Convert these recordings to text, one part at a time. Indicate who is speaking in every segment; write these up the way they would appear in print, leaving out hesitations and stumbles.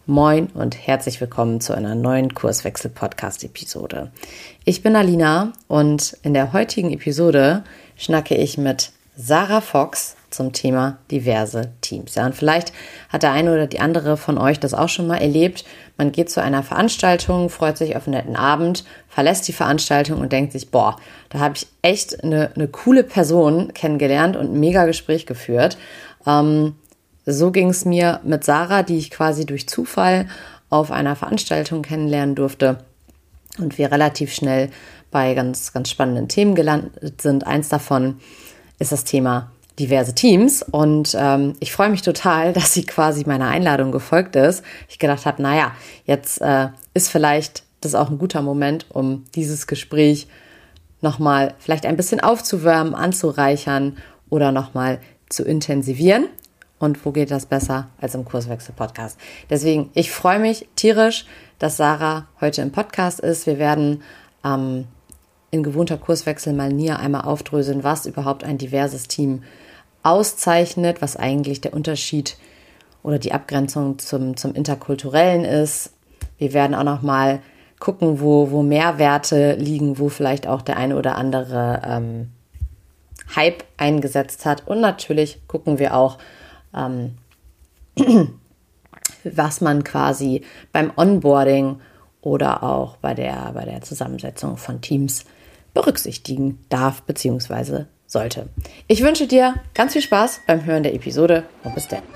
Speaker 1: Moin und herzlich willkommen zu einer neuen Kurswechsel-Podcast-Episode. Ich bin Alina und in der heutigen Episode schnacke ich mit Sarah Fox zum Thema diverse Teams. Ja, und vielleicht hat der eine oder die andere von euch das auch schon mal erlebt. Man geht zu einer Veranstaltung, freut sich auf einen netten Abend, verlässt die Veranstaltung und denkt sich, boah, da habe ich echt eine coole Person kennengelernt und ein mega Gespräch geführt. So ging es mir mit Sarah, die ich quasi durch Zufall auf einer Veranstaltung kennenlernen durfte und wir relativ schnell bei ganz, ganz spannenden Themen gelandet sind. Eins davon ist das Thema diverse Teams und ich freue mich total, dass sie quasi meiner Einladung gefolgt ist. Ich gedacht habe, naja, jetzt ist vielleicht das auch ein guter Moment, um dieses Gespräch nochmal vielleicht ein bisschen aufzuwärmen, anzureichern oder nochmal zu intensivieren. Und wo geht das besser als im Kurswechsel-Podcast? Deswegen, ich freue mich tierisch, dass Sarah heute im Podcast ist. Wir werden in gewohnter Kurswechsel-Manier einmal aufdröseln, was überhaupt ein diverses Team auszeichnet, was eigentlich der Unterschied oder die Abgrenzung zum Interkulturellen ist. Wir werden auch noch mal gucken, wo Mehrwerte liegen, wo vielleicht auch der eine oder andere Hype eingesetzt hat. Und natürlich gucken wir auch, was man quasi beim Onboarding oder auch bei der Zusammensetzung von Teams berücksichtigen darf bzw. sollte. Ich wünsche dir ganz viel Spaß beim Hören der Episode und bis dann.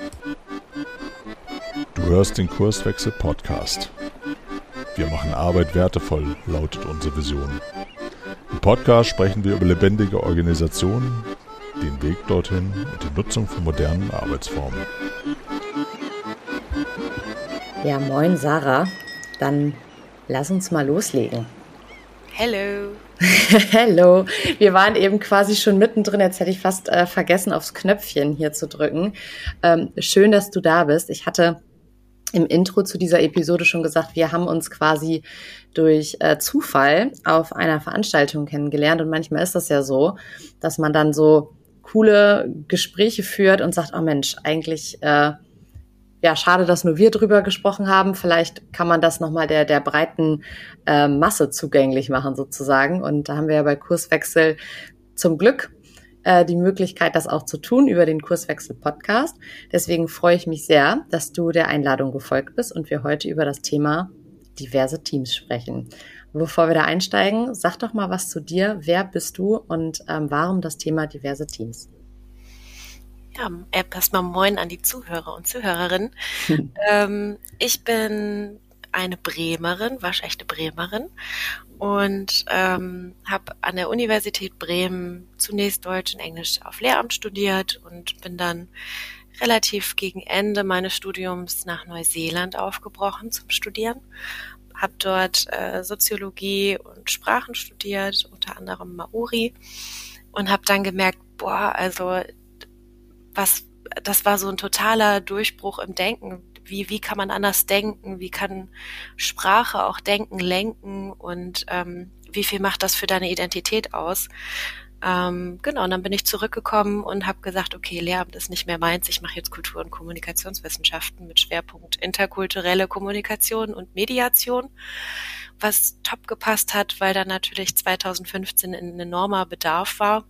Speaker 2: Du hörst den Kurswechsel-Podcast. Wir machen Arbeit wertevoll, lautet unsere Vision. Im Podcast sprechen wir über lebendige Organisationen, den Weg dorthin und die Nutzung von modernen Arbeitsformen.
Speaker 1: Ja, moin Sarah. Dann lass uns mal loslegen.
Speaker 3: Hello.
Speaker 1: Hello. Wir waren eben quasi schon mittendrin. Jetzt hätte ich fast vergessen, aufs Knöpfchen hier zu drücken. Schön, dass du da bist. Ich hatte im Intro zu dieser Episode schon gesagt, wir haben uns quasi durch Zufall auf einer Veranstaltung kennengelernt. Und manchmal ist das ja so, dass man dann so coole Gespräche führt und sagt, oh Mensch, eigentlich schade, dass nur wir drüber gesprochen haben. Vielleicht kann man das nochmal der breiten Masse zugänglich machen sozusagen. Und da haben wir ja bei Kurswechsel zum Glück die Möglichkeit, das auch zu tun über den Kurswechsel-Podcast. Deswegen freue ich mich sehr, dass du der Einladung gefolgt bist und wir heute über das Thema diverse Teams sprechen. Bevor wir da einsteigen, sag doch mal was zu dir. Wer bist du und warum das Thema diverse Teams?
Speaker 3: Ja, erstmal moin an die Zuhörer und Zuhörerinnen. Ich bin eine Bremerin, waschechte Bremerin und habe an der Universität Bremen zunächst Deutsch und Englisch auf Lehramt studiert und bin dann relativ gegen Ende meines Studiums nach Neuseeland aufgebrochen zum Studieren. Habe dort Soziologie und Sprachen studiert, unter anderem Maori und habe dann gemerkt, das war so ein totaler Durchbruch im Denken. Wie kann man anders denken? Wie kann Sprache auch Denken lenken? Und wie viel macht das für deine Identität aus? Und dann bin ich zurückgekommen und habe gesagt, okay, Lehramt ist nicht mehr meins. Ich mache jetzt Kultur- und Kommunikationswissenschaften mit Schwerpunkt interkulturelle Kommunikation und Mediation, was top gepasst hat, weil da natürlich 2015 ein enormer Bedarf war.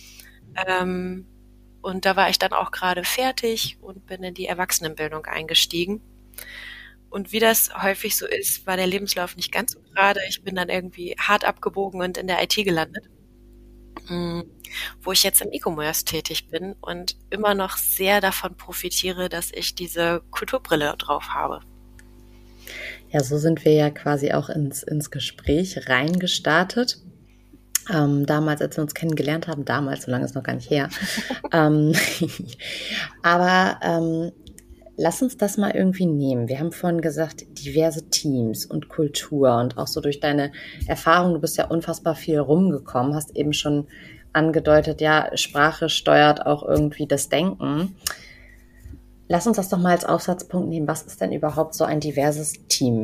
Speaker 3: Und da war ich dann auch gerade fertig und bin in die Erwachsenenbildung eingestiegen. Und wie das häufig so ist, war der Lebenslauf nicht ganz so gerade. Ich bin dann irgendwie hart abgebogen und in der IT gelandet, wo ich jetzt im E-Commerce tätig bin und immer noch sehr davon profitiere, dass ich diese Kulturbrille drauf habe.
Speaker 1: Ja, so sind wir ja quasi auch ins Gespräch reingestartet. Damals, als wir uns kennengelernt haben, so lange ist noch gar nicht her. Aber lass uns das mal irgendwie nehmen. Wir haben vorhin gesagt, diverse Teams und Kultur und auch so durch deine Erfahrung, du bist ja unfassbar viel rumgekommen, hast eben schon angedeutet, ja, Sprache steuert auch irgendwie das Denken. Lass uns das doch mal als Aufsatzpunkt nehmen. Was ist denn überhaupt so ein diverses Team?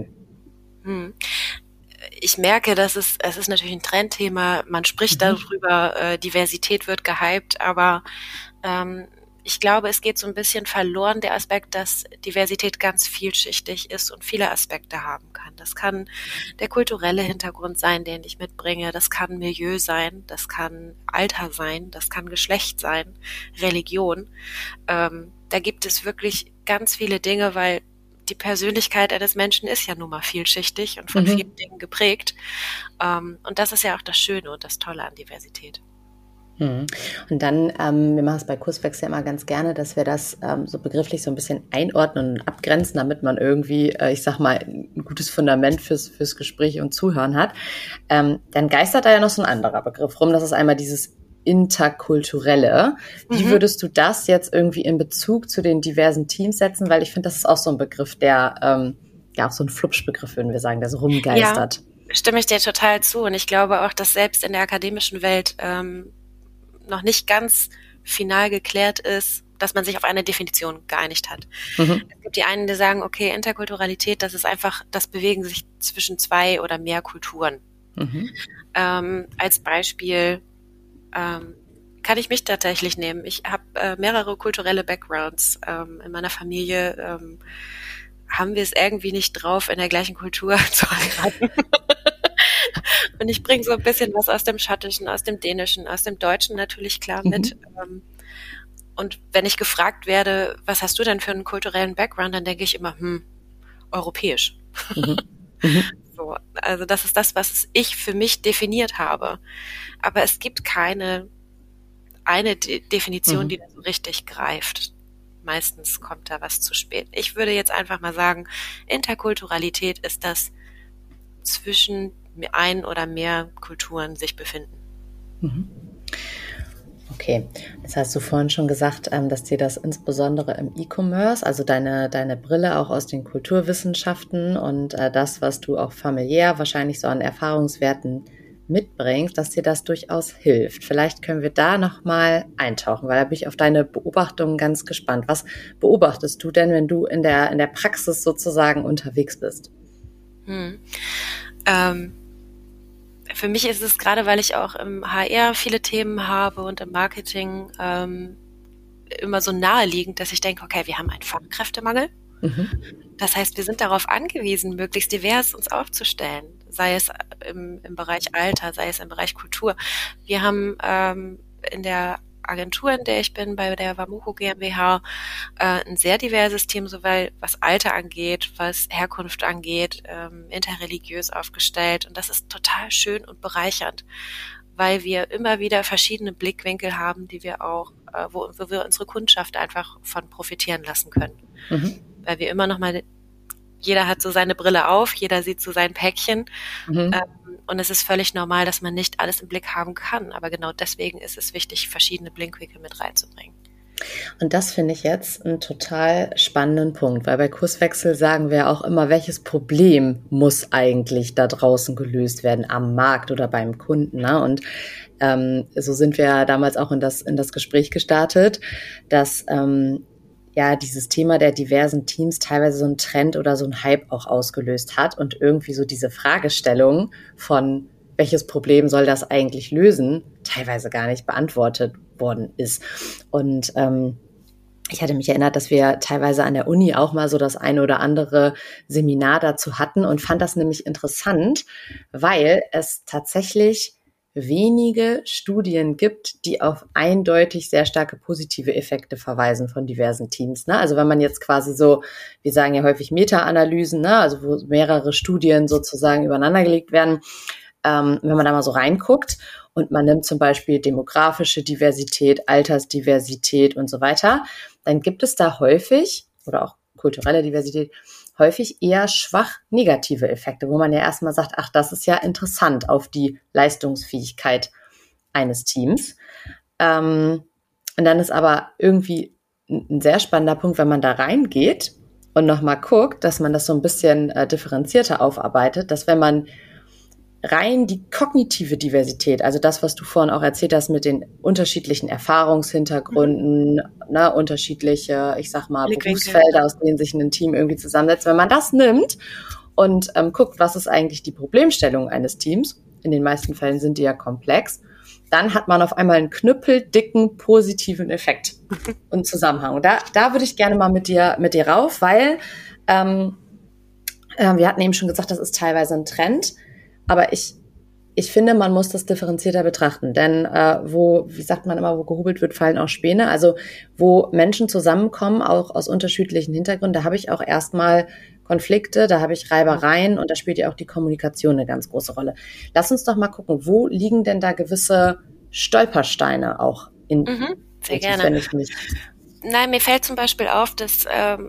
Speaker 3: Ich merke, es ist natürlich ein Trendthema. Man spricht darüber, Diversität wird gehypt, aber ich glaube, es geht so ein bisschen verloren, der Aspekt, dass Diversität ganz vielschichtig ist und viele Aspekte haben kann. Das kann der kulturelle Hintergrund sein, den ich mitbringe. Das kann Milieu sein, das kann Alter sein, das kann Geschlecht sein, Religion. Da gibt es wirklich ganz viele Dinge, weil die Persönlichkeit eines Menschen ist ja nun mal vielschichtig und von vielen Dingen geprägt. Und das ist ja auch das Schöne und das Tolle an Diversität.
Speaker 1: Und dann, wir machen es bei Kurswechsel immer ganz gerne, dass wir das so begrifflich so ein bisschen einordnen und abgrenzen, damit man irgendwie, ich sag mal, ein gutes Fundament fürs Gespräch und Zuhören hat. Dann geistert da ja noch so ein anderer Begriff rum. Das ist einmal dieses Interkulturelle. Wie würdest du das jetzt irgendwie in Bezug zu den diversen Teams setzen? Weil ich finde, das ist auch so ein Begriff, der, auch so ein Flupschbegriff, würden wir sagen, der so rumgeistert.
Speaker 3: Ja, stimme ich dir total zu. Und ich glaube auch, dass selbst in der akademischen Welt noch nicht ganz final geklärt ist, dass man sich auf eine Definition geeinigt hat. Es gibt die einen, die sagen, okay, Interkulturalität, das ist einfach das Bewegen sich zwischen zwei oder mehr Kulturen. Als Beispiel kann ich mich tatsächlich nehmen. Ich habe mehrere kulturelle Backgrounds. In meiner Familie haben wir es irgendwie nicht drauf, in der gleichen Kultur zu heiraten. Und ich bringe so ein bisschen was aus dem Schottischen, aus dem Dänischen, aus dem Deutschen natürlich klar mit. Und wenn ich gefragt werde, was hast du denn für einen kulturellen Background, dann denke ich immer, europäisch. So, also das ist das, was ich für mich definiert habe. Aber es gibt keine eine Definition, die da so richtig greift. Meistens kommt da was zu spät. Ich würde jetzt einfach mal sagen, Interkulturalität ist das zwischen ein oder mehr Kulturen sich befinden.
Speaker 1: Okay, das hast du vorhin schon gesagt, dass dir das insbesondere im E-Commerce, also deine Brille auch aus den Kulturwissenschaften und das, was du auch familiär wahrscheinlich so an Erfahrungswerten mitbringst, dass dir das durchaus hilft. Vielleicht können wir da nochmal eintauchen, weil da bin ich auf deine Beobachtungen ganz gespannt. Was beobachtest du denn, wenn du in der Praxis sozusagen unterwegs bist?
Speaker 3: Für mich ist es gerade, weil ich auch im HR viele Themen habe und im Marketing immer so naheliegend, dass ich denke, okay, wir haben einen Fachkräftemangel. Das heißt, wir sind darauf angewiesen, möglichst divers uns aufzustellen, sei es im Bereich Alter, sei es im Bereich Kultur. Wir haben in der Agentur, in der ich bin, bei der Wamucho GmbH, ein sehr diverses Team, sowohl was Alter angeht, was Herkunft angeht, interreligiös aufgestellt. Und das ist total schön und bereichernd, weil wir immer wieder verschiedene Blickwinkel haben, die wir auch, wo wir unsere Kundschaft einfach von profitieren lassen können. Weil wir immer noch mal, jeder hat so seine Brille auf, jeder sieht so sein Päckchen. Und es ist völlig normal, dass man nicht alles im Blick haben kann. Aber genau deswegen ist es wichtig, verschiedene Blickwinkel mit reinzubringen.
Speaker 1: Und das finde ich jetzt einen total spannenden Punkt, weil bei Kurswechsel sagen wir auch immer, welches Problem muss eigentlich da draußen gelöst werden, am Markt oder beim Kunden, ne? Und so sind wir damals auch in das Gespräch gestartet, dass dieses Thema der diversen Teams teilweise so einen Trend oder so einen Hype auch ausgelöst hat und irgendwie so diese Fragestellung von welches Problem soll das eigentlich lösen, teilweise gar nicht beantwortet worden ist. Und ich hatte mich erinnert, dass wir teilweise an der Uni auch mal so das eine oder andere Seminar dazu hatten und fand das nämlich interessant, weil es tatsächlich wenige Studien gibt, die auf eindeutig sehr starke positive Effekte verweisen von diversen Teams. Ne? Also wenn man jetzt quasi so, wir sagen ja häufig Meta-Analysen, ne? Also wo mehrere Studien sozusagen übereinander gelegt werden, wenn man da mal so reinguckt und man nimmt zum Beispiel demografische Diversität, Altersdiversität und so weiter, dann gibt es da häufig, oder auch kulturelle Diversität, häufig eher schwach negative Effekte, wo man ja erstmal sagt, ach, das ist ja interessant auf die Leistungsfähigkeit eines Teams. Und dann ist aber irgendwie ein sehr spannender Punkt, wenn man da reingeht und nochmal guckt, dass man das so ein bisschen differenzierter aufarbeitet, dass wenn man rein die kognitive Diversität, also das, was du vorhin auch erzählt hast mit den unterschiedlichen Erfahrungshintergründen, ne, unterschiedliche, ich sag mal, Berufsfelder, aus denen sich ein Team irgendwie zusammensetzt. Wenn man das nimmt und guckt, was ist eigentlich die Problemstellung eines Teams, in den meisten Fällen sind die ja komplex, dann hat man auf einmal einen knüppeldicken positiven Effekt und Zusammenhang. Und da würde ich gerne mal mit dir rauf, weil wir hatten eben schon gesagt, das ist teilweise ein Trend, aber ich finde, man muss das differenzierter betrachten, denn wie sagt man immer, wo gehobelt wird, fallen auch Späne. Also wo Menschen zusammenkommen, auch aus unterschiedlichen Hintergründen, da habe ich auch erstmal Konflikte, da habe ich Reibereien und da spielt ja auch die Kommunikation eine ganz große Rolle. Lass uns doch mal gucken, wo liegen denn da gewisse Stolpersteine auch in
Speaker 3: sehr gerne. Nein, mir fällt zum Beispiel auf, dass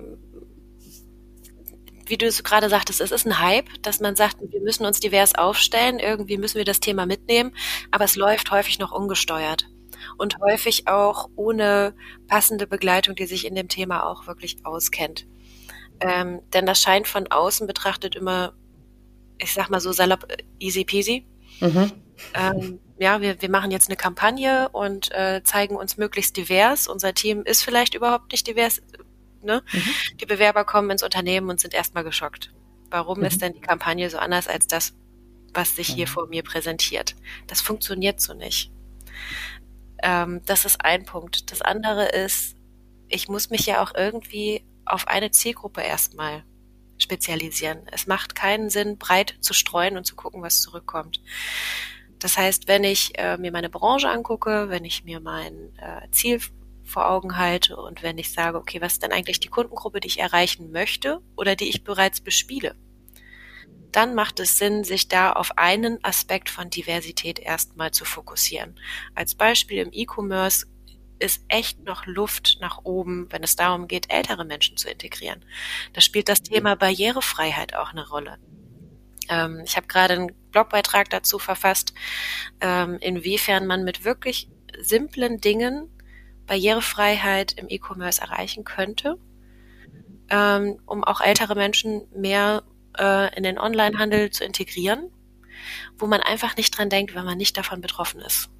Speaker 3: wie du es gerade sagtest, es ist ein Hype, dass man sagt, wir müssen uns divers aufstellen, irgendwie müssen wir das Thema mitnehmen, aber es läuft häufig noch ungesteuert und häufig auch ohne passende Begleitung, die sich in dem Thema auch wirklich auskennt. Denn das scheint von außen betrachtet immer, ich sag mal so salopp, easy peasy. Wir machen jetzt eine Kampagne und zeigen uns möglichst divers. Unser Team ist vielleicht überhaupt nicht divers. Ne? Die Bewerber kommen ins Unternehmen und sind erstmal geschockt. Warum ist denn die Kampagne so anders als das, was sich hier vor mir präsentiert? Das funktioniert so nicht. Das ist ein Punkt. Das andere ist, ich muss mich ja auch irgendwie auf eine Zielgruppe erstmal spezialisieren. Es macht keinen Sinn, breit zu streuen und zu gucken, was zurückkommt. Das heißt, wenn ich mir meine Branche angucke, wenn ich mir mein Ziel vor Augen halte und wenn ich sage, okay, was ist denn eigentlich die Kundengruppe, die ich erreichen möchte oder die ich bereits bespiele, dann macht es Sinn, sich da auf einen Aspekt von Diversität erstmal zu fokussieren. Als Beispiel im E-Commerce ist echt noch Luft nach oben, wenn es darum geht, ältere Menschen zu integrieren. Da spielt das Thema Barrierefreiheit auch eine Rolle. Ich habe gerade einen Blogbeitrag dazu verfasst, inwiefern man mit wirklich simplen Dingen Barrierefreiheit im E-Commerce erreichen könnte, um auch ältere Menschen mehr in den Onlinehandel zu integrieren, wo man einfach nicht dran denkt, wenn man nicht davon betroffen ist.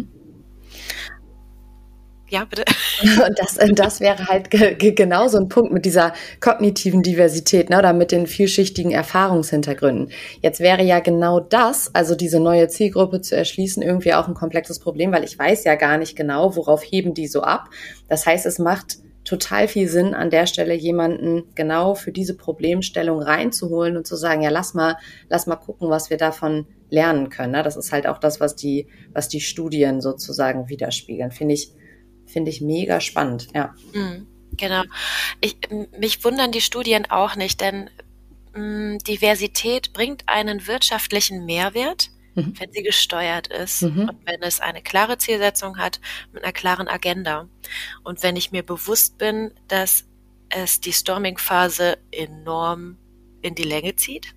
Speaker 3: Ja, bitte.
Speaker 1: Und das wäre halt genau so ein Punkt mit dieser kognitiven Diversität, ne, oder mit den vielschichtigen Erfahrungshintergründen. Jetzt wäre ja genau das, also diese neue Zielgruppe zu erschließen, irgendwie auch ein komplexes Problem, weil ich weiß ja gar nicht genau, worauf heben die so ab. Das heißt, es macht total viel Sinn, an der Stelle jemanden genau für diese Problemstellung reinzuholen und zu sagen, ja, lass mal gucken, was wir davon lernen können. Ne? Das ist halt auch das, was die Studien sozusagen widerspiegeln. Finde ich mega spannend, ja.
Speaker 3: Genau. Mich wundern die Studien auch nicht, denn Diversität bringt einen wirtschaftlichen Mehrwert, wenn sie gesteuert ist und wenn es eine klare Zielsetzung hat mit einer klaren Agenda. Und wenn ich mir bewusst bin, dass es die Storming-Phase enorm in die Länge zieht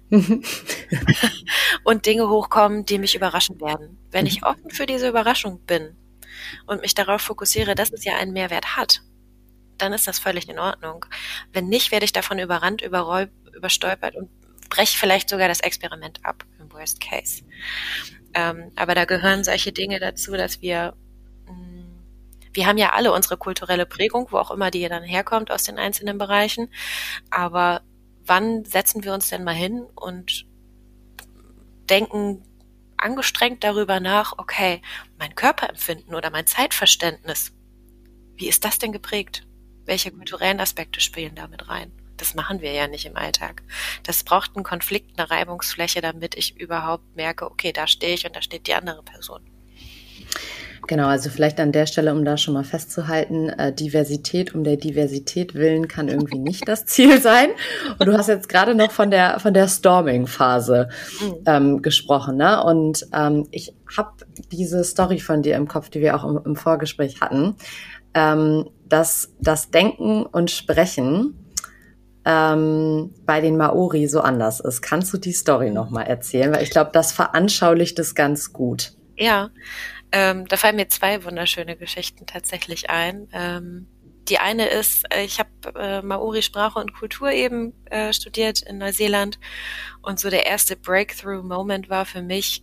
Speaker 3: und Dinge hochkommen, die mich überraschen werden. Wenn ich offen für diese Überraschung bin, und mich darauf fokussiere, dass es ja einen Mehrwert hat, dann ist das völlig in Ordnung. Wenn nicht, werde ich davon überrannt, überstolpert und breche vielleicht sogar das Experiment ab, im Worst Case. Aber da gehören solche Dinge dazu, dass wir haben ja alle unsere kulturelle Prägung, wo auch immer die dann herkommt aus den einzelnen Bereichen, aber wann setzen wir uns denn mal hin und denken angestrengt darüber nach, okay, mein Körperempfinden oder mein Zeitverständnis, wie ist das denn geprägt? Welche kulturellen Aspekte spielen da mit rein? Das machen wir ja nicht im Alltag. Das braucht einen Konflikt, eine Reibungsfläche, damit ich überhaupt merke, okay, da stehe ich und da steht die andere Person.
Speaker 1: Genau, also vielleicht an der Stelle, um da schon mal festzuhalten, Diversität um der Diversität willen kann irgendwie nicht das Ziel sein. Und du hast jetzt gerade noch von der Storming-Phase gesprochen, ne? Und ich habe diese Story von dir im Kopf, die wir auch im Vorgespräch hatten, dass das Denken und Sprechen bei den Maori so anders ist. Kannst du die Story noch mal erzählen? Weil ich glaube, das veranschaulicht es ganz gut.
Speaker 3: Ja, da fallen mir zwei wunderschöne Geschichten tatsächlich ein. Die eine ist, ich habe Maori-Sprache und Kultur eben studiert in Neuseeland und so der erste Breakthrough-Moment war für mich,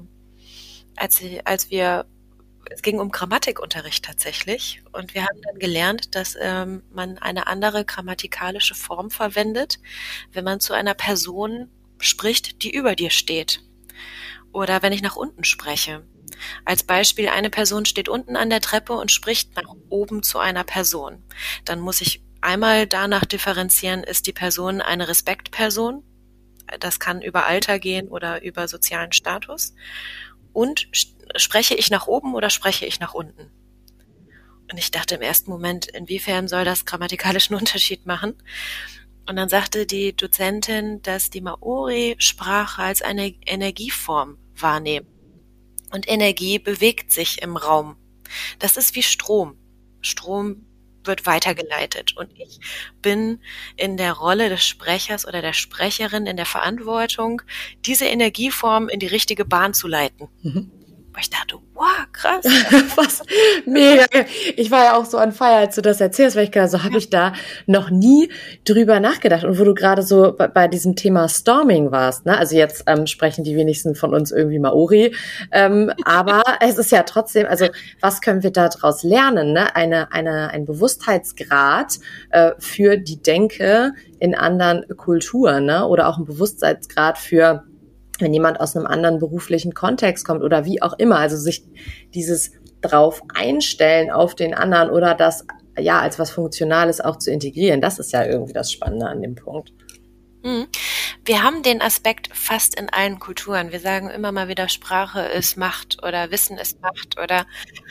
Speaker 3: als es ging um Grammatikunterricht tatsächlich und wir haben dann gelernt, dass man eine andere grammatikalische Form verwendet, wenn man zu einer Person spricht, die über dir steht oder wenn ich nach unten spreche. Als Beispiel, eine Person steht unten an der Treppe und spricht nach oben zu einer Person. Dann muss ich einmal danach differenzieren, ist die Person eine Respektperson? Das kann über Alter gehen oder über sozialen Status. Und spreche ich nach oben oder spreche ich nach unten? Und ich dachte im ersten Moment, inwiefern soll das grammatikalisch einen Unterschied machen? Und dann sagte die Dozentin, dass die Maori-Sprache als eine Energieform wahrnehmen. Und Energie bewegt sich im Raum. Das ist wie Strom. Strom wird weitergeleitet. Und ich bin in der Rolle des Sprechers oder der Sprecherin in der Verantwortung, diese Energieform in die richtige Bahn zu leiten.
Speaker 1: Mhm.
Speaker 3: Ich dachte, wow, krass.
Speaker 1: Was? Mega. Ich war ja auch so on fire, als du das erzählst, weil ich gedacht, so habe ich da noch nie drüber nachgedacht. Und wo du gerade so bei diesem Thema Storming warst, ne? Also jetzt sprechen die wenigsten von uns irgendwie Maori, aber es ist ja trotzdem, also was können wir da draus lernen? Ne? Ein Bewusstheitsgrad für die Denke in anderen Kulturen, ne? Oder auch ein Bewusstheitsgrad für, wenn jemand aus einem anderen beruflichen Kontext kommt oder wie auch immer, also sich dieses drauf einstellen auf den anderen oder das ja als was Funktionales auch zu integrieren, das ist ja irgendwie das Spannende an dem Punkt.
Speaker 3: Wir haben den Aspekt fast in allen Kulturen. Wir sagen immer mal wieder, Sprache ist Macht oder Wissen ist Macht oder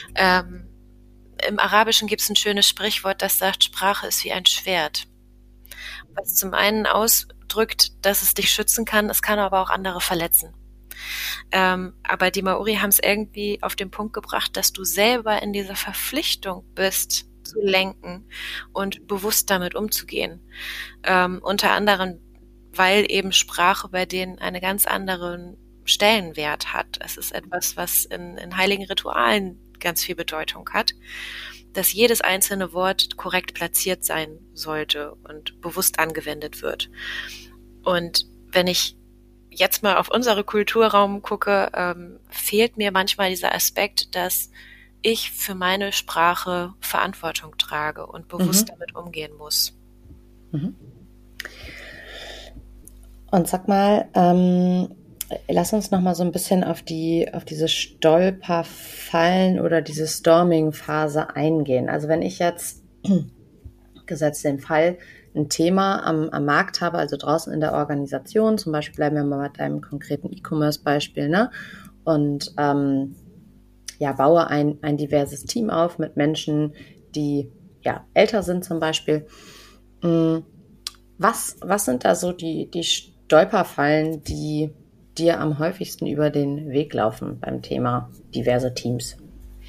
Speaker 3: im Arabischen gibt es ein schönes Sprichwort, das sagt, Sprache ist wie ein Schwert. Was zum einen ausdrückt, dass es dich schützen kann, es kann aber auch andere verletzen. Aber die Maori haben es irgendwie auf den Punkt gebracht, dass du selber in dieser Verpflichtung bist, zu lenken und bewusst damit umzugehen. Unter anderem, weil eben Sprache bei denen einen ganz anderen Stellenwert hat. Es ist etwas, was in heiligen Ritualen ganz viel Bedeutung hat, dass jedes einzelne Wort korrekt platziert sein sollte und bewusst angewendet wird. Und wenn ich jetzt mal auf unsere Kulturraum gucke, fehlt mir manchmal dieser Aspekt, dass ich für meine Sprache Verantwortung trage und bewusst damit umgehen muss.
Speaker 1: Und sag mal, lass uns noch mal so ein bisschen auf diese Stolperfallen oder diese Storming-Phase eingehen. Also wenn ich jetzt, gesetzt den Fall, ein Thema am Markt habe, also draußen in der Organisation, zum Beispiel bleiben wir mal mit einem konkreten E-Commerce-Beispiel, ne? Und baue ein diverses Team auf mit Menschen, die ja älter sind zum Beispiel. Was sind da so die Stolperfallen, die dir am häufigsten über den Weg laufen beim Thema diverse Teams?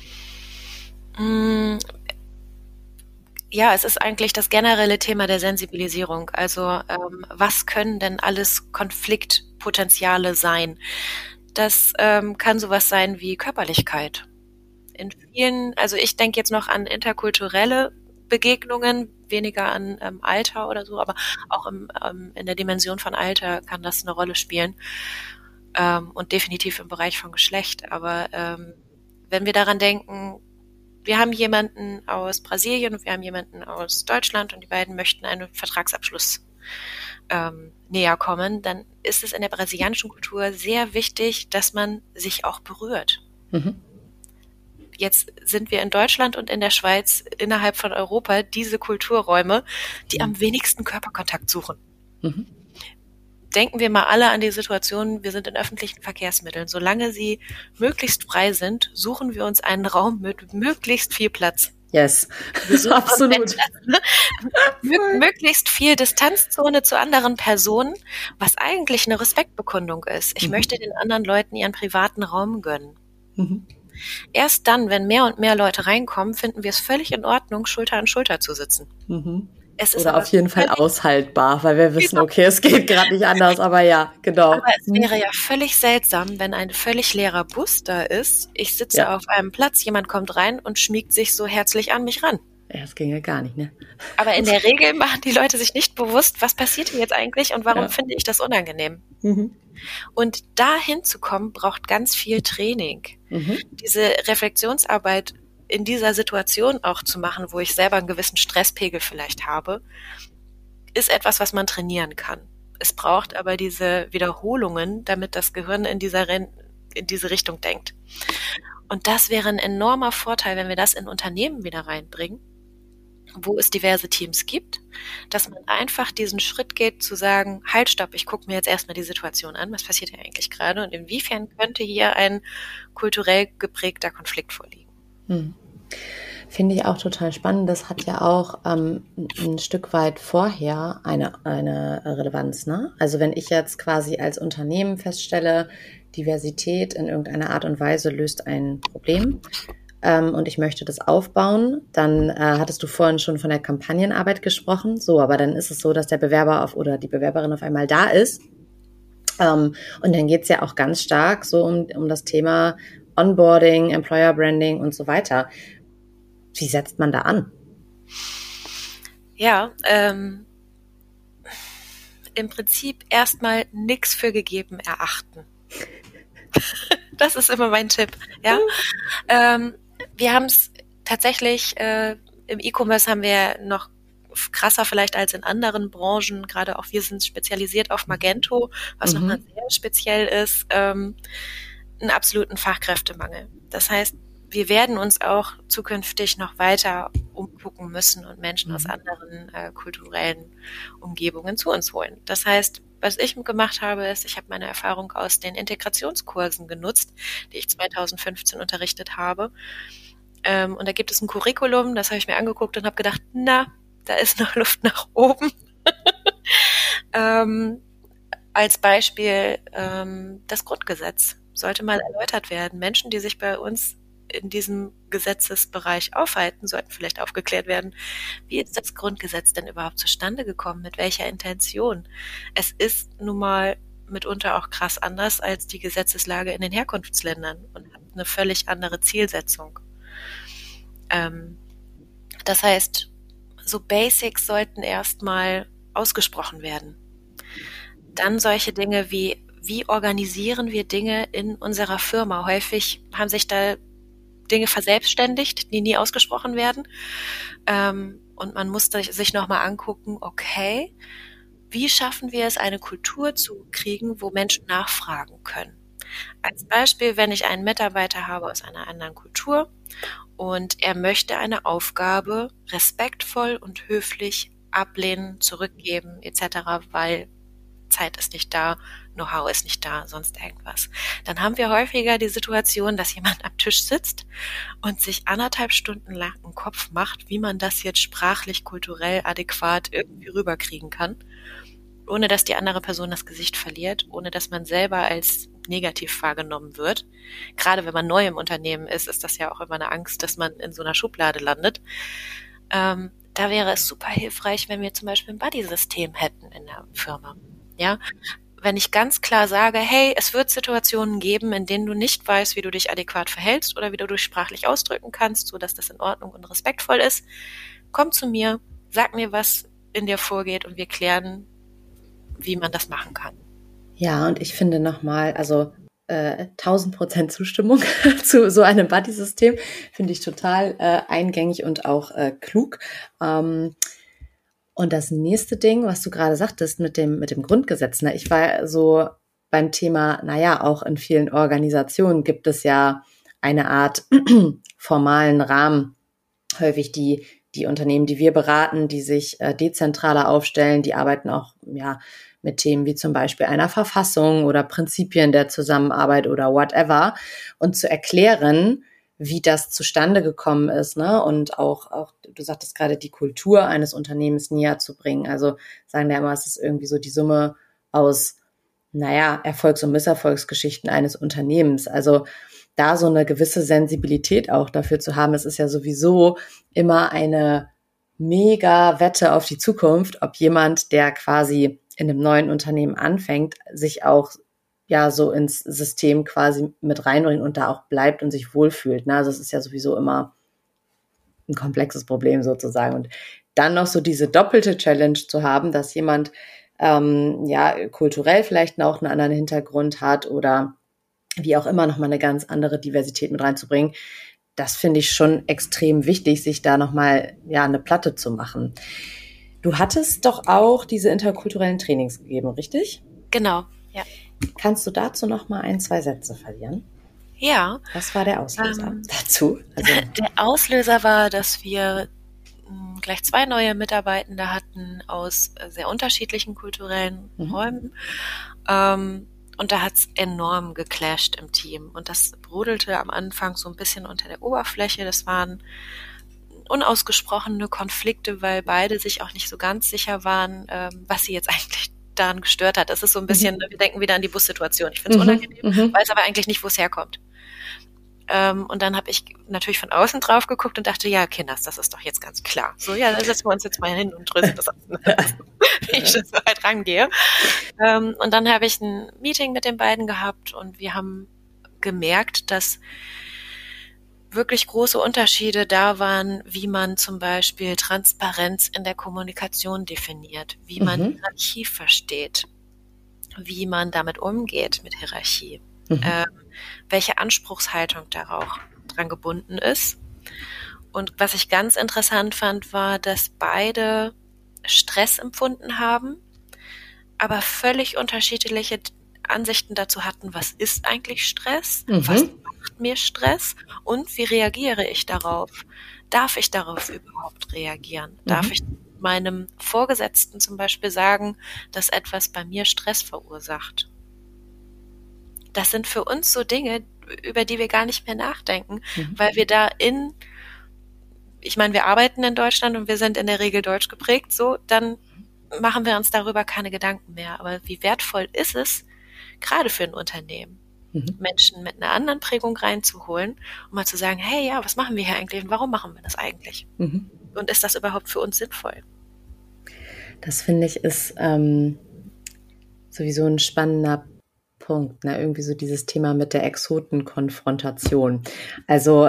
Speaker 3: Ja, es ist eigentlich das generelle Thema der Sensibilisierung. Also was können denn alles Konfliktpotenziale sein? Das kann sowas sein wie Körperlichkeit. In vielen, also ich denke jetzt noch an interkulturelle Begegnungen, weniger an Alter oder so, aber auch in der Dimension von Alter kann das eine Rolle spielen. Und definitiv im Bereich von Geschlecht. Aber wenn wir daran denken, wir haben jemanden aus Brasilien und wir haben jemanden aus Deutschland und die beiden möchten einen Vertragsabschluss näher kommen, dann ist es in der brasilianischen Kultur sehr wichtig, dass man sich auch berührt. Jetzt sind wir in Deutschland und in der Schweiz innerhalb von Europa diese Kulturräume, die am wenigsten Körperkontakt suchen. Denken wir mal alle an die Situation, wir sind in öffentlichen Verkehrsmitteln. Solange sie möglichst frei sind, suchen wir uns einen Raum mit möglichst viel Platz.
Speaker 1: Yes, absolut.
Speaker 3: Möglichst viel Distanzzone zu anderen Personen, was eigentlich eine Respektbekundung ist. Ich möchte den anderen Leuten ihren privaten Raum gönnen. Erst dann, wenn mehr und mehr Leute reinkommen, finden wir es völlig in Ordnung, Schulter an Schulter zu sitzen. Es ist
Speaker 1: oder auf jeden Fall aushaltbar, weil wir wissen, okay, es geht gerade nicht anders, aber ja, genau.
Speaker 3: Aber es wäre ja völlig seltsam, wenn ein völlig leerer Bus da ist, ich sitze auf einem Platz, jemand kommt rein und schmiegt sich so herzlich an mich ran.
Speaker 1: Ja, das ging ja gar nicht, ne?
Speaker 3: Aber in der Regel machen die Leute sich nicht bewusst, was passiert hier jetzt eigentlich und warum finde ich das unangenehm. Und dahin zu kommen, braucht ganz viel Training. Diese Reflexionsarbeit in dieser Situation auch zu machen, wo ich selber einen gewissen Stresspegel vielleicht habe, ist etwas, was man trainieren kann. Es braucht aber diese Wiederholungen, damit das Gehirn in dieser in diese Richtung denkt. Und das wäre ein enormer Vorteil, wenn wir das in Unternehmen wieder reinbringen, wo es diverse Teams gibt, dass man einfach diesen Schritt geht, zu sagen, halt, stopp, ich gucke mir jetzt erstmal die Situation an, was passiert hier eigentlich gerade und inwiefern könnte hier ein kulturell geprägter Konflikt vorliegen.
Speaker 1: Finde ich auch total spannend. Das hat ja auch ein Stück weit vorher eine Relevanz, ne? Also wenn ich jetzt quasi als Unternehmen feststelle, Diversität in irgendeiner Art und Weise löst ein Problem, und ich möchte das aufbauen, dann hattest du vorhin schon von der Kampagnenarbeit gesprochen. So, aber dann ist es so, dass der Bewerber oder die Bewerberin auf einmal da ist. Und dann geht es ja auch ganz stark so um das Thema Onboarding, Employer Branding und so weiter. Wie setzt man da an?
Speaker 3: Ja, im Prinzip erstmal nichts für gegeben erachten. Das ist immer mein Tipp. Ja, wir haben es tatsächlich im E-Commerce haben wir noch krasser vielleicht als in anderen Branchen. Gerade auch wir sind spezialisiert auf Magento, was nochmal sehr speziell ist, einen absoluten Fachkräftemangel. Das heißt, wir werden uns auch zukünftig noch weiter umgucken müssen und Menschen aus anderen kulturellen Umgebungen zu uns holen. Das heißt, was ich gemacht habe, ist, ich habe meine Erfahrung aus den Integrationskursen genutzt, die ich 2015 unterrichtet habe. Und da gibt es ein Curriculum, das habe ich mir angeguckt und habe gedacht, na, da ist noch Luft nach oben. Als Beispiel das Grundgesetz sollte mal erläutert werden. Menschen, die sich bei uns in diesem Gesetzesbereich aufhalten, sollten vielleicht aufgeklärt werden, wie ist das Grundgesetz denn überhaupt zustande gekommen, mit welcher Intention? Es ist nun mal mitunter auch krass anders als die Gesetzeslage in den Herkunftsländern und hat eine völlig andere Zielsetzung. Das heißt, so Basics sollten erstmal ausgesprochen werden. Dann solche Dinge wie organisieren wir Dinge in unserer Firma? Häufig haben sich da Dinge verselbstständigt, die nie ausgesprochen werden. Und man muss sich nochmal angucken, okay, wie schaffen wir es, eine Kultur zu kriegen, wo Menschen nachfragen können? Als Beispiel, wenn ich einen Mitarbeiter habe aus einer anderen Kultur und er möchte eine Aufgabe respektvoll und höflich ablehnen, zurückgeben etc., weil Zeit ist nicht da, Know-how ist nicht da, sonst irgendwas. Dann haben wir häufiger die Situation, dass jemand am Tisch sitzt und sich 1,5 Stunden lang einen Kopf macht, wie man das jetzt sprachlich, kulturell adäquat irgendwie rüberkriegen kann, ohne dass die andere Person das Gesicht verliert, ohne dass man selber als negativ wahrgenommen wird. Gerade wenn man neu im Unternehmen ist, ist das ja auch immer eine Angst, dass man in so einer Schublade landet. Da wäre es super hilfreich, wenn wir zum Beispiel ein Buddy-System hätten in der Firma. Ja, wenn ich ganz klar sage, hey, es wird Situationen geben, in denen du nicht weißt, wie du dich adäquat verhältst oder wie du dich sprachlich ausdrücken kannst, sodass das in Ordnung und respektvoll ist, komm zu mir, sag mir, was in dir vorgeht und wir klären, wie man das machen kann.
Speaker 1: Ja, und ich finde nochmal, also 1000% Zustimmung zu so einem Buddy-System, finde ich total eingängig und auch klug. Und das nächste Ding, was du gerade sagtest mit dem Grundgesetz, ne? Ich war so beim Thema, naja, auch in vielen Organisationen gibt es ja eine Art formalen Rahmen, häufig die Unternehmen, die wir beraten, die sich dezentraler aufstellen, die arbeiten auch ja mit Themen wie zum Beispiel einer Verfassung oder Prinzipien der Zusammenarbeit oder whatever und zu erklären, wie das zustande gekommen ist, ne? Und auch, du sagtest gerade, die Kultur eines Unternehmens näher zu bringen. Also sagen wir immer, es ist irgendwie so die Summe aus, naja, Erfolgs- und Misserfolgsgeschichten eines Unternehmens. Also da so eine gewisse Sensibilität auch dafür zu haben. Es ist ja sowieso immer eine mega Wette auf die Zukunft, ob jemand, der quasi in einem neuen Unternehmen anfängt, sich auch ja so ins System quasi mit reinbringt und da auch bleibt und sich wohlfühlt. Ne? Also es ist ja sowieso immer ein komplexes Problem sozusagen. Und dann noch so diese doppelte Challenge zu haben, dass jemand ja kulturell vielleicht auch einen anderen Hintergrund hat oder wie auch immer nochmal eine ganz andere Diversität mit reinzubringen, das finde ich schon extrem wichtig, sich da nochmal ja eine Platte zu machen. Du hattest doch auch diese interkulturellen Trainings gegeben, richtig?
Speaker 3: Genau, ja.
Speaker 1: Kannst du dazu noch mal 1, 2 Sätze verlieren?
Speaker 3: Ja.
Speaker 1: Was war der Auslöser dazu? Also,
Speaker 3: der Auslöser war, dass wir gleich 2 neue Mitarbeitende hatten aus sehr unterschiedlichen kulturellen Räumen. Und da hat's enorm geclasht im Team. Und das brodelte am Anfang so ein bisschen unter der Oberfläche. Das waren unausgesprochene Konflikte, weil beide sich auch nicht so ganz sicher waren, was sie jetzt eigentlich daran gestört hat. Das ist so ein bisschen, wir denken wieder an die Bussituation. Ich finde es unangenehm, weiß aber eigentlich nicht, wo es herkommt. Und dann habe ich natürlich von außen drauf geguckt und dachte, ja, Kinders, das ist doch jetzt ganz klar. So, ja, da setzen wir uns jetzt mal hin und dröseln das auseinander, wie ich das so halt rangehe. Und dann habe ich ein Meeting mit den beiden gehabt und wir haben gemerkt, dass wirklich große Unterschiede da waren, wie man zum Beispiel Transparenz in der Kommunikation definiert, wie man Hierarchie versteht, wie man damit umgeht mit Hierarchie. Welche Anspruchshaltung darauf dran gebunden ist. Und was ich ganz interessant fand, war, dass beide Stress empfunden haben, aber völlig unterschiedliche Ansichten dazu hatten, was ist eigentlich Stress, was macht mir Stress und wie reagiere ich darauf? Darf ich darauf überhaupt reagieren? Darf ich meinem Vorgesetzten zum Beispiel sagen, dass etwas bei mir Stress verursacht? Das sind für uns so Dinge, über die wir gar nicht mehr nachdenken, weil wir ich meine, wir arbeiten in Deutschland und wir sind in der Regel deutsch geprägt, so, dann machen wir uns darüber keine Gedanken mehr. Aber wie wertvoll ist es, gerade für ein Unternehmen, Menschen mit einer anderen Prägung reinzuholen und mal zu sagen, hey, ja, was machen wir hier eigentlich und warum machen wir das eigentlich? Und ist das überhaupt für uns sinnvoll?
Speaker 1: Das finde ich ist sowieso ein spannender Punkt, ne? Irgendwie so dieses Thema mit der Exotenkonfrontation. Also,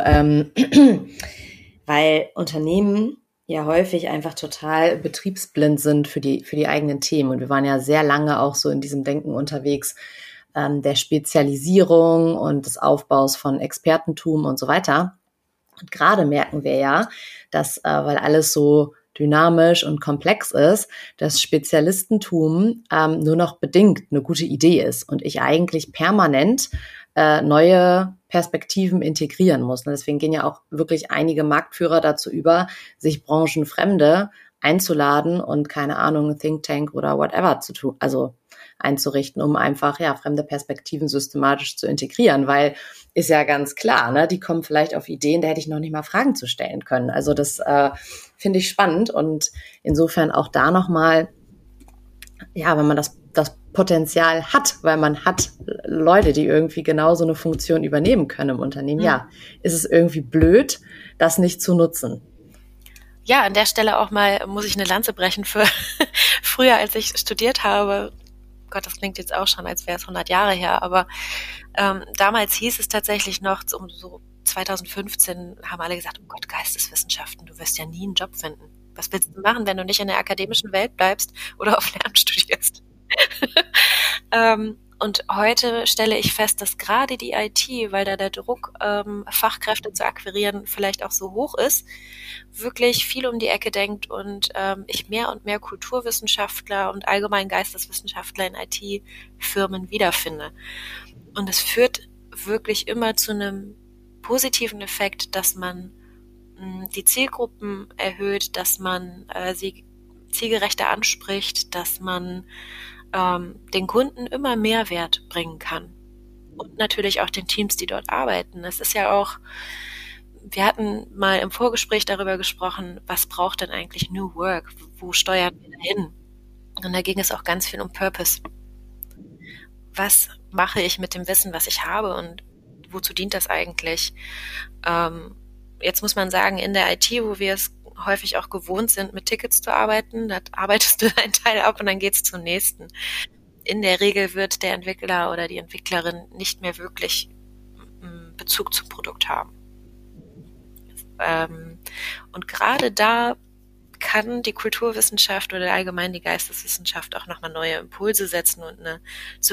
Speaker 1: weil Unternehmen ja häufig einfach total betriebsblind sind für die eigenen Themen. Und wir waren ja sehr lange auch so in diesem Denken unterwegs, der Spezialisierung und des Aufbaus von Expertentum und so weiter. Und gerade merken wir ja, dass, weil alles so dynamisch und komplex ist, dass Spezialistentum nur noch bedingt eine gute Idee ist und ich eigentlich permanent neue Perspektiven integrieren muss. Und deswegen gehen ja auch wirklich einige Marktführer dazu über, sich branchenfremde einzuladen und keine Ahnung, Think Tank oder whatever zu tun, also einzurichten, um einfach fremde Perspektiven systematisch zu integrieren, weil ist ja ganz klar, ne, die kommen vielleicht auf Ideen, da hätte ich noch nicht mal Fragen zu stellen können. Also das finde ich spannend und insofern auch da nochmal, wenn man das Potenzial hat, weil man hat Leute, die irgendwie genau so eine Funktion übernehmen können im Unternehmen, ist es irgendwie blöd, das nicht zu nutzen.
Speaker 3: Ja, an der Stelle auch mal muss ich eine Lanze brechen für früher, als ich studiert habe. Gott, das klingt jetzt auch schon, als wäre es 100 Jahre her, aber damals hieß es tatsächlich noch, so 2015 haben alle gesagt, oh Gott, Geisteswissenschaften, du wirst ja nie einen Job finden. Was willst du machen, wenn du nicht in der akademischen Welt bleibst oder auf Lehramt studierst? Und heute stelle ich fest, dass gerade die IT, weil da der Druck, Fachkräfte zu akquirieren, vielleicht auch so hoch ist, wirklich viel um die Ecke denkt und ich mehr und mehr Kulturwissenschaftler und allgemein Geisteswissenschaftler in IT-Firmen wiederfinde. Und es führt wirklich immer zu einem positiven Effekt, dass man die Zielgruppen erhöht, dass man sie zielgerechter anspricht, dass man den Kunden immer Mehrwert bringen kann. Und natürlich auch den Teams, die dort arbeiten. Es ist ja auch, wir hatten mal im Vorgespräch darüber gesprochen, was braucht denn eigentlich New Work? Wo steuern wir hin? Und da ging es auch ganz viel um Purpose. Was mache ich mit dem Wissen, was ich habe und wozu dient das eigentlich? Jetzt muss man sagen, in der IT, wo wir es häufig auch gewohnt sind, mit Tickets zu arbeiten, da arbeitest du einen Teil ab und dann geht's zum nächsten. In der Regel wird der Entwickler oder die Entwicklerin nicht mehr wirklich Bezug zum Produkt haben. Und gerade da kann die Kulturwissenschaft oder allgemein die Geisteswissenschaft auch nochmal neue Impulse setzen und eine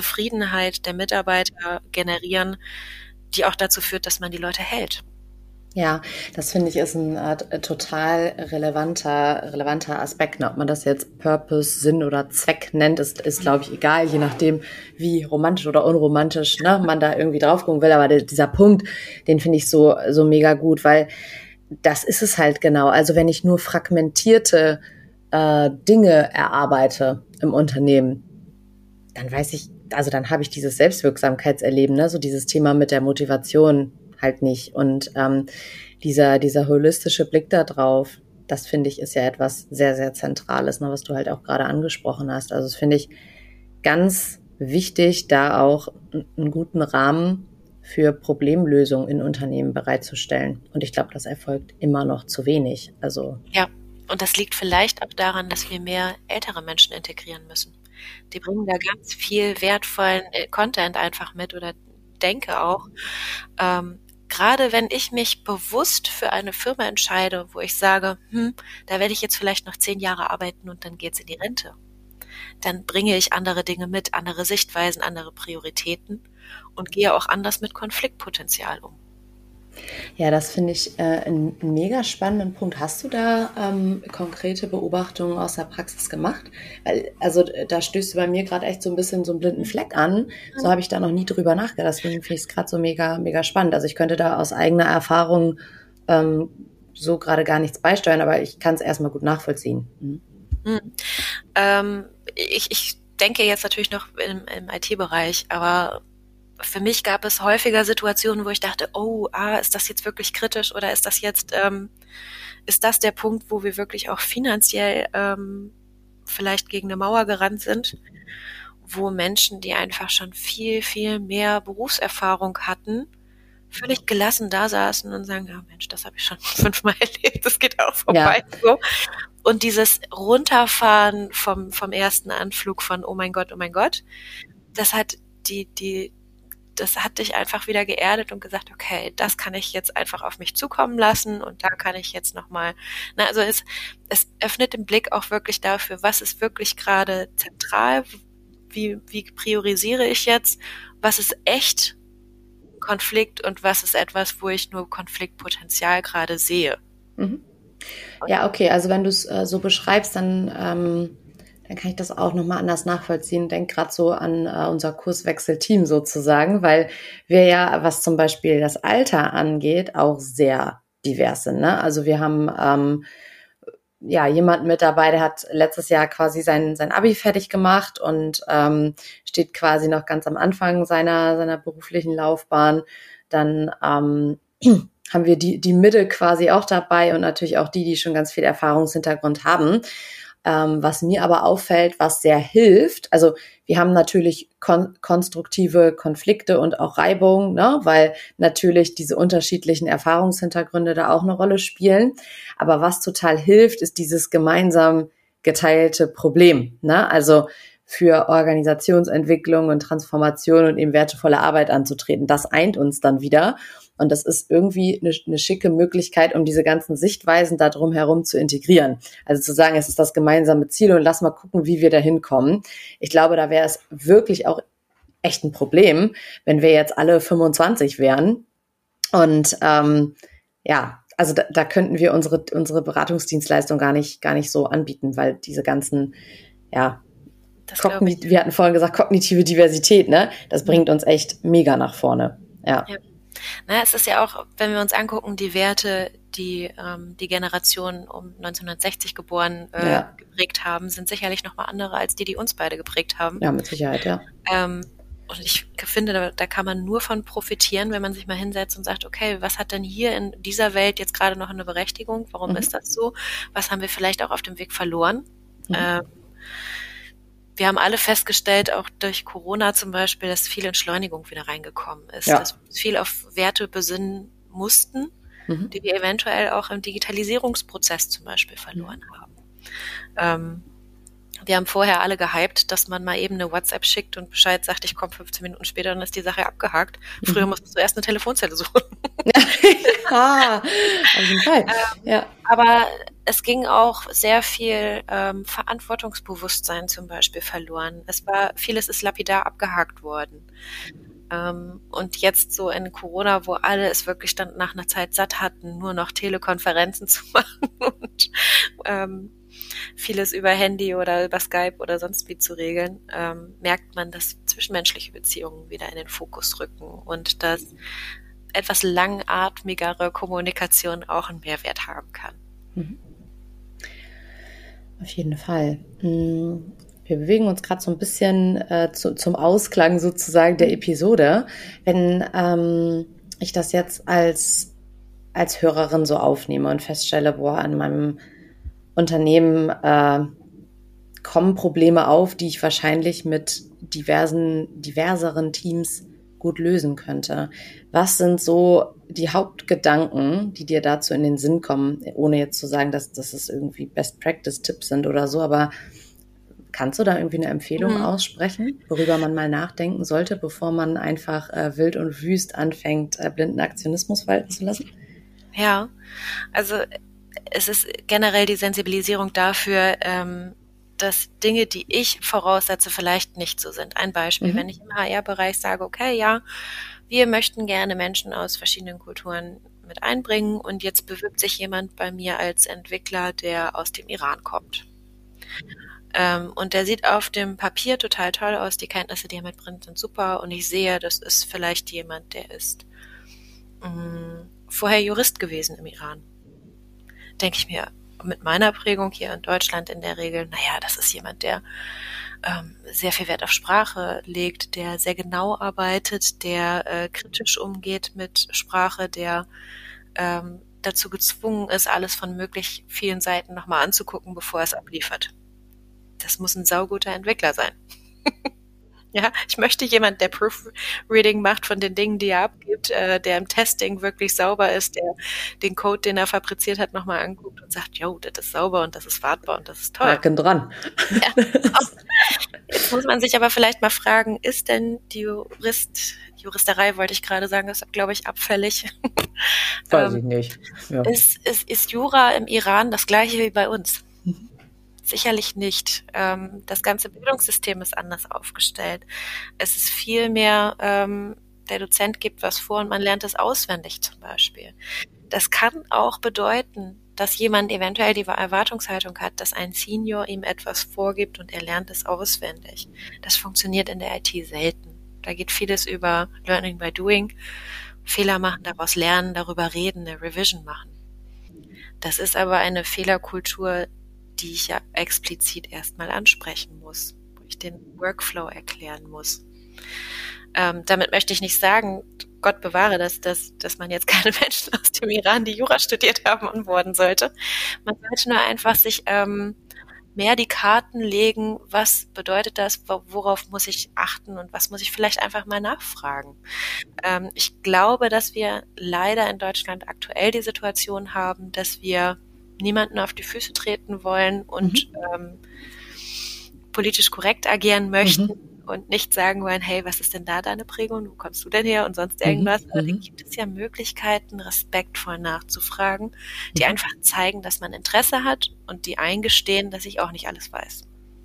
Speaker 3: Zufriedenheit der Mitarbeiter generieren, die auch dazu führt, dass man die Leute hält.
Speaker 1: Ja, das finde ich ist ein total relevanter Aspekt. Ob man das jetzt Purpose, Sinn oder Zweck nennt, ist glaube ich, egal, je nachdem, wie romantisch oder unromantisch man da irgendwie drauf gucken will. Aber dieser Punkt, den finde ich so mega gut, weil das ist es halt genau. Also wenn ich nur fragmentierte Dinge erarbeite im Unternehmen, dann weiß ich, also dann habe ich dieses Selbstwirksamkeitserleben, ne? So dieses Thema mit der Motivation halt nicht. Und dieser holistische Blick da drauf, das finde ich ist ja etwas sehr, sehr Zentrales, ne, was du halt auch gerade angesprochen hast. Also das finde ich ganz wichtig, da auch einen guten Rahmen für Problemlösungen in Unternehmen bereitzustellen. Und ich glaube, das erfolgt immer noch zu wenig. Also
Speaker 3: Ja, und das liegt vielleicht auch daran, dass wir mehr ältere Menschen integrieren müssen. Die bringen da ganz viel wertvollen Content einfach mit oder denke auch. Gerade wenn ich mich bewusst für eine Firma entscheide, wo ich sage, da werde ich jetzt vielleicht noch 10 Jahre arbeiten und dann geht's in die Rente, dann bringe ich andere Dinge mit, andere Sichtweisen, andere Prioritäten und gehe auch anders mit Konfliktpotenzial um.
Speaker 1: ja, das finde ich einen mega spannenden Punkt. Hast du da konkrete Beobachtungen aus der Praxis gemacht? Weil, also da stößt du bei mir gerade echt so ein bisschen so einen blinden Fleck an. So habe ich da noch nie drüber nachgedacht. Deswegen finde ich es gerade so mega, mega spannend. Also ich könnte da aus eigener Erfahrung so gerade gar nichts beisteuern, aber ich kann es erstmal gut nachvollziehen.
Speaker 3: Ich denke jetzt natürlich noch im IT-Bereich, aber für mich gab es häufiger Situationen, wo ich dachte, ist das jetzt wirklich kritisch oder ist das jetzt, ist das der Punkt, wo wir wirklich auch finanziell vielleicht gegen eine Mauer gerannt sind, wo Menschen, die einfach schon viel, viel mehr Berufserfahrung hatten, völlig gelassen da saßen und sagen, ja Mensch, das habe ich schon 5-mal erlebt, das geht auch vorbei. Ja. So. Und dieses Runterfahren vom ersten Anflug von oh mein Gott, das hat das hat dich einfach wieder geerdet und gesagt, okay, das kann ich jetzt einfach auf mich zukommen lassen und da kann ich jetzt nochmal, also es öffnet den Blick auch wirklich dafür, was ist wirklich gerade zentral, wie priorisiere ich jetzt, was ist echt Konflikt und was ist etwas, wo ich nur Konfliktpotenzial gerade sehe.
Speaker 1: Mhm. Ja, okay, also wenn du es so beschreibst, dann kann ich das auch nochmal anders nachvollziehen. Denk gerade so an unser Kurswechselteam sozusagen, weil wir ja, was zum Beispiel das Alter angeht, auch sehr divers sind. Ne? Also wir haben jemanden mit dabei, der hat letztes Jahr quasi sein Abi fertig gemacht und steht quasi noch ganz am Anfang seiner beruflichen Laufbahn. Dann haben wir die Mitte quasi auch dabei und natürlich auch die schon ganz viel Erfahrungshintergrund haben. Was mir aber auffällt, was sehr hilft, also wir haben natürlich konstruktive Konflikte und auch Reibung, ne, weil natürlich diese unterschiedlichen Erfahrungshintergründe da auch eine Rolle spielen. Aber was total hilft, ist dieses gemeinsam geteilte Problem, ne, also für Organisationsentwicklung und Transformation und eben wertevolle Arbeit anzutreten. Das eint uns dann wieder. Und das ist irgendwie eine schicke Möglichkeit, um diese ganzen Sichtweisen da drum herum zu integrieren. Also zu sagen, es ist das gemeinsame Ziel und lass mal gucken, wie wir da hinkommen. Ich glaube, da wäre es wirklich auch echt ein Problem, wenn wir jetzt alle 25 wären. Und also da könnten wir unsere Beratungsdienstleistung gar nicht so anbieten, weil diese ganzen, wir hatten vorhin gesagt, kognitive Diversität, ne? Das bringt uns echt mega nach vorne. Ja.
Speaker 3: Na, es ist ja auch, wenn wir uns angucken, die Werte, die die Generation um 1960 geboren geprägt haben, sind sicherlich nochmal andere als die uns beide geprägt haben.
Speaker 1: Ja, mit Sicherheit, ja.
Speaker 3: Und ich finde, da kann man nur von profitieren, wenn man sich mal hinsetzt und sagt, okay, was hat denn hier in dieser Welt jetzt gerade noch eine Berechtigung? Warum ist das so? Was haben wir vielleicht auch auf dem Weg verloren? Wir haben alle festgestellt, auch durch Corona zum Beispiel, dass viel Entschleunigung wieder reingekommen ist, dass wir uns viel auf Werte besinnen mussten, die wir eventuell auch im Digitalisierungsprozess zum Beispiel verloren haben. Wir haben vorher alle gehypt, dass man mal eben eine WhatsApp schickt und Bescheid sagt, ich komme 15 Minuten später, dann ist die Sache abgehakt. Früher musstest du erst eine Telefonzelle suchen.
Speaker 1: Auf jeden Fall.
Speaker 3: Aber es ging auch sehr viel Verantwortungsbewusstsein zum Beispiel verloren. Vieles ist lapidar abgehakt worden. Und jetzt so in Corona, wo alle es wirklich dann nach einer Zeit satt hatten, nur noch Telekonferenzen zu machen und vieles über Handy oder über Skype oder sonst wie zu regeln, merkt man, dass zwischenmenschliche Beziehungen wieder in den Fokus rücken und dass etwas langatmigere Kommunikation auch einen Mehrwert haben kann.
Speaker 1: Auf jeden Fall. Wir bewegen uns gerade so ein bisschen zum Ausklang sozusagen der Episode. Wenn ich das jetzt als Hörerin so aufnehme und feststelle, boah, an meinem Unternehmen kommen Probleme auf, die ich wahrscheinlich mit diverseren Teams gut lösen könnte. Was sind so die Hauptgedanken, die dir dazu in den Sinn kommen, ohne jetzt zu sagen, dass es irgendwie Best-Practice-Tipps sind oder so, aber kannst du da irgendwie eine Empfehlung aussprechen, worüber man mal nachdenken sollte, bevor man einfach wild und wüst anfängt, blinden Aktionismus walten zu lassen?
Speaker 3: Ja, also es ist generell die Sensibilisierung dafür, dass Dinge, die ich voraussetze, vielleicht nicht so sind. Ein Beispiel, wenn ich im HR-Bereich sage, okay, ja, wir möchten gerne Menschen aus verschiedenen Kulturen mit einbringen und jetzt bewirbt sich jemand bei mir als Entwickler, der aus dem Iran kommt. Und der sieht auf dem Papier total toll aus, die Kenntnisse, die er mitbringt, sind super und ich sehe, das ist vielleicht jemand, der ist vorher Jurist gewesen im Iran. Denke ich mir, mit meiner Prägung hier in Deutschland in der Regel, naja, das ist jemand, der sehr viel Wert auf Sprache legt, der sehr genau arbeitet, der kritisch umgeht mit Sprache, der dazu gezwungen ist, alles von möglich vielen Seiten nochmal anzugucken, bevor er es abliefert. Das muss ein sauguter Entwickler sein. Ja, ich möchte jemand, der Proofreading macht von den Dingen, die er abgibt, der im Testing wirklich sauber ist, der den Code, den er fabriziert hat, nochmal anguckt und sagt, jo, das ist sauber und das ist wartbar und das ist toll.
Speaker 1: Haken dran.
Speaker 3: Ja, jetzt muss man sich aber vielleicht mal fragen, ist denn die Juristerei wollte ich gerade sagen, das ist, glaube ich, abfällig.
Speaker 1: Weiß ich nicht. Ja.
Speaker 3: Ist Jura im Iran das gleiche wie bei uns? Sicherlich nicht. Das ganze Bildungssystem ist anders aufgestellt. Es ist viel mehr, der Dozent gibt was vor und man lernt es auswendig zum Beispiel. Das kann auch bedeuten, dass jemand eventuell die Erwartungshaltung hat, dass ein Senior ihm etwas vorgibt und er lernt es auswendig. Das funktioniert in der IT selten. Da geht vieles über Learning by Doing. Fehler machen, daraus lernen, darüber reden, eine Revision machen. Das ist aber eine Fehlerkultur, die ich ja explizit erstmal ansprechen muss, wo ich den Workflow erklären muss. Damit möchte ich nicht sagen, Gott bewahre, dass man jetzt keine Menschen aus dem Iran, die Jura studiert haben, anborden sollte. Man sollte nur einfach sich mehr die Karten legen, was bedeutet das, worauf muss ich achten und was muss ich vielleicht einfach mal nachfragen. Ich glaube, dass wir leider in Deutschland aktuell die Situation haben, dass wir niemanden auf die Füße treten wollen und politisch korrekt agieren möchten und nicht sagen wollen, hey, was ist denn da deine Prägung, wo kommst du denn her und sonst irgendwas. Da gibt es ja Möglichkeiten, respektvoll nachzufragen, die einfach zeigen, dass man Interesse hat und die eingestehen, dass ich auch nicht alles weiß.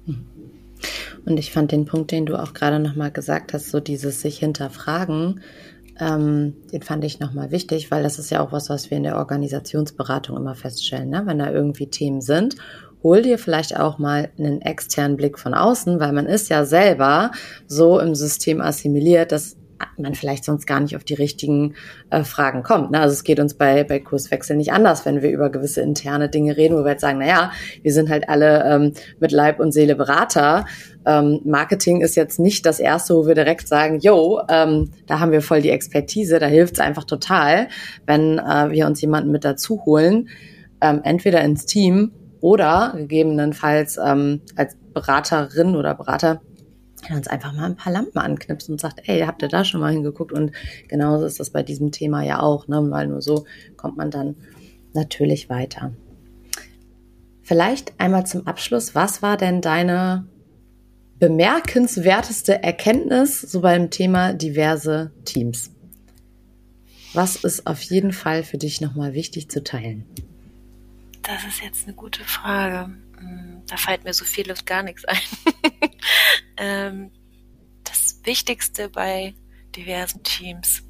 Speaker 1: Und ich fand den Punkt, den du auch gerade nochmal gesagt hast, so dieses sich hinterfragen, den fand ich nochmal wichtig, weil das ist ja auch was wir in der Organisationsberatung immer feststellen, ne? Wenn da irgendwie Themen sind, hol dir vielleicht auch mal einen externen Blick von außen, weil man ist ja selber so im System assimiliert, dass man vielleicht sonst gar nicht auf die richtigen Fragen kommt. Ne? Also es geht uns bei Kurswechsel nicht anders, wenn wir über gewisse interne Dinge reden, wo wir jetzt sagen, naja, wir sind halt alle mit Leib und Seele Berater. Marketing ist jetzt nicht das Erste, wo wir direkt sagen, da haben wir voll die Expertise, da hilft es einfach total, wenn wir uns jemanden mit dazu holen, entweder ins Team oder gegebenenfalls als Beraterin oder Berater der uns einfach mal ein paar Lampen anknipst und sagt, ey, habt ihr da schon mal hingeguckt? Und genauso ist das bei diesem Thema ja auch, ne? Weil nur so kommt man dann natürlich weiter. Vielleicht einmal zum Abschluss, was war denn deine bemerkenswerteste Erkenntnis so beim Thema diverse Teams? Was ist auf jeden Fall für dich nochmal wichtig zu teilen?
Speaker 3: Das ist jetzt eine gute Frage. Da fällt mir so viel und gar nichts ein. Das Wichtigste bei diversen Teams.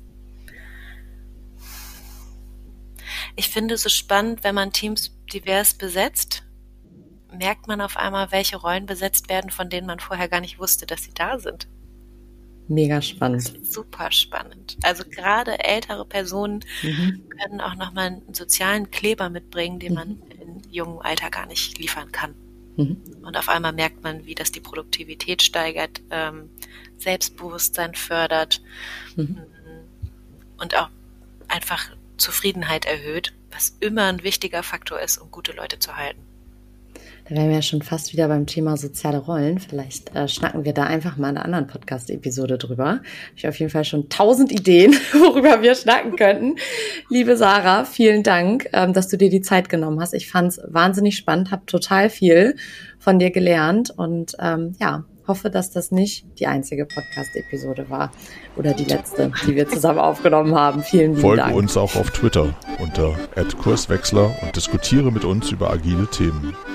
Speaker 3: Ich finde es so spannend, wenn man Teams divers besetzt, merkt man auf einmal, welche Rollen besetzt werden, von denen man vorher gar nicht wusste, dass sie da sind.
Speaker 1: Mega spannend.
Speaker 3: Das ist super spannend. Also gerade ältere Personen können auch nochmal einen sozialen Kleber mitbringen, den man in jungem Alter gar nicht liefern kann. Und auf einmal merkt man, wie das die Produktivität steigert, Selbstbewusstsein fördert und auch einfach Zufriedenheit erhöht, was immer ein wichtiger Faktor ist, um gute Leute zu halten.
Speaker 1: Da wären wir ja schon fast wieder beim Thema soziale Rollen. Vielleicht schnacken wir da einfach mal in einer anderen Podcast-Episode drüber. Habe ich auf jeden Fall schon 1000 Ideen, worüber wir schnacken könnten. Liebe Sarah, vielen Dank, dass du dir die Zeit genommen hast. Ich fand es wahnsinnig spannend, habe total viel von dir gelernt und hoffe, dass das nicht die einzige Podcast-Episode war oder die letzte, die wir zusammen aufgenommen haben. Vielen lieben Dank.
Speaker 2: Folge uns auch auf Twitter unter @Kurswechsler und diskutiere mit uns über agile Themen.